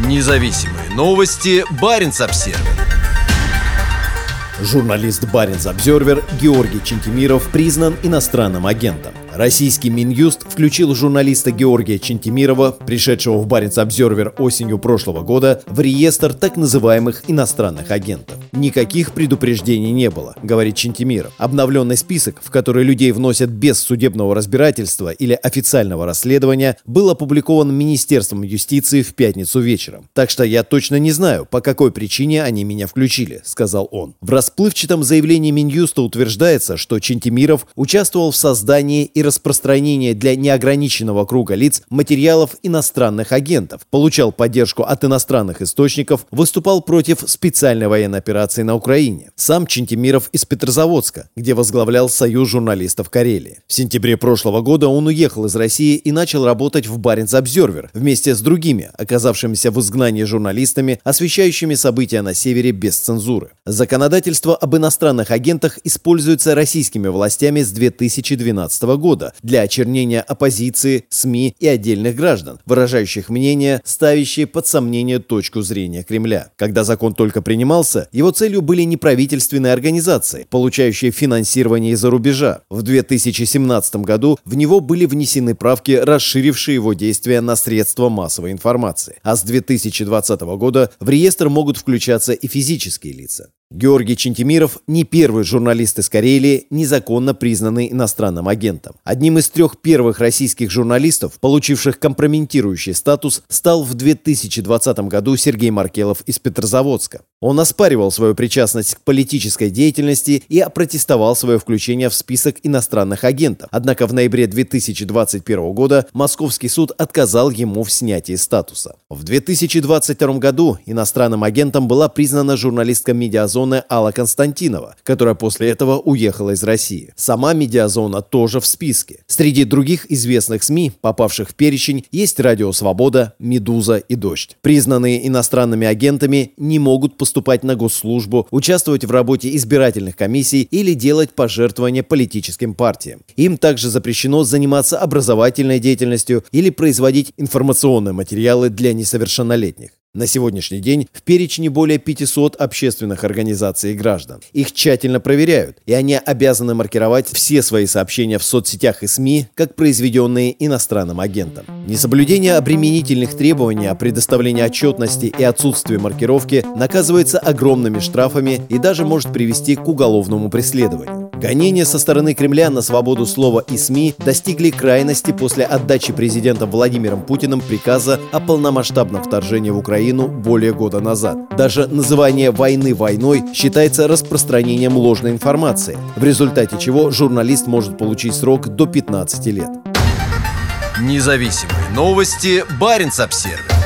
Независимые новости. Баренц-Обсервер. Журналист Баренц-Обсервер Георгий Чентимиров признан иностранным агентом. Российский Минюст включил журналиста Георгия Чентимирова, пришедшего в Баренц-Обсервер осенью прошлого года, в реестр так называемых иностранных агентов. Никаких предупреждений не было, говорит Чентимиров. Обновленный список, в который людей вносят без судебного разбирательства или официального расследования, был опубликован Министерством юстиции в пятницу вечером. Так что я точно не знаю, по какой причине они меня включили, сказал он. В расплывчатом заявлении Минюста утверждается, что Чентимиров участвовал в создании и распространении для неограниченного круга лиц материалов иностранных агентов, получал поддержку от иностранных источников, выступал против специальной военной операции на Украине. Сам Чентимиров из Петрозаводска, где возглавлял Союз журналистов Карелии. В сентябре прошлого года он уехал из России и начал работать в Баренц-Обсервер вместе с другими, оказавшимися в изгнании журналистами, освещающими события на севере без цензуры. Законодательство об иностранных агентах используется российскими властями с 2012 года для очернения оппозиции, СМИ и отдельных граждан, выражающих мнения, ставящие под сомнение точку зрения Кремля. Когда закон только принимался, его целью были неправительственные организации, получающие финансирование из-за рубежа. В 2017 году в него были внесены правки, расширившие его действия на средства массовой информации. А с 2020 года в реестр могут включаться и физические лица. Георгий Чентимиров не первый журналист из Карелии, незаконно признанный иностранным агентом. Одним из 3 первых российских журналистов, получивших компрометирующий статус, стал в 2020 году Сергей Маркелов из Петрозаводска. Он оспаривал свою причастность к политической деятельности и опротестовал свое включение в список иностранных агентов. Однако в ноябре 2021 года Московский суд отказал ему в снятии статуса. В 2022 году иностранным агентом была признана журналистка «Медиазоны» Алла Константинова, которая после этого уехала из России. Сама «Медиазона» тоже в списке. Среди других известных СМИ, попавших в перечень, есть «Радио Свобода», «Медуза» и «Дождь». Признанные иностранными агентами не могут поступать на госслужбу, участвовать в работе избирательных комиссий или делать пожертвования политическим партиям. Им также запрещено заниматься образовательной деятельностью или производить информационные материалы для несовершеннолетних. На сегодняшний день в перечне более 500 общественных организаций и граждан. Их тщательно проверяют, и они обязаны маркировать все свои сообщения в соцсетях и СМИ как произведенные иностранным агентом. Несоблюдение обременительных требований о предоставлении отчетности и отсутствие маркировки наказывается огромными штрафами и даже может привести к уголовному преследованию. Гонения со стороны Кремля на свободу слова и СМИ достигли крайности после отдачи президентом Владимиром Путиным приказа о полномасштабном вторжении в Украину более года назад. Даже называние войны войной считается распространением ложной информации, в результате чего журналист может получить срок до 15 лет. Независимые новости. Баренц-Обсервер.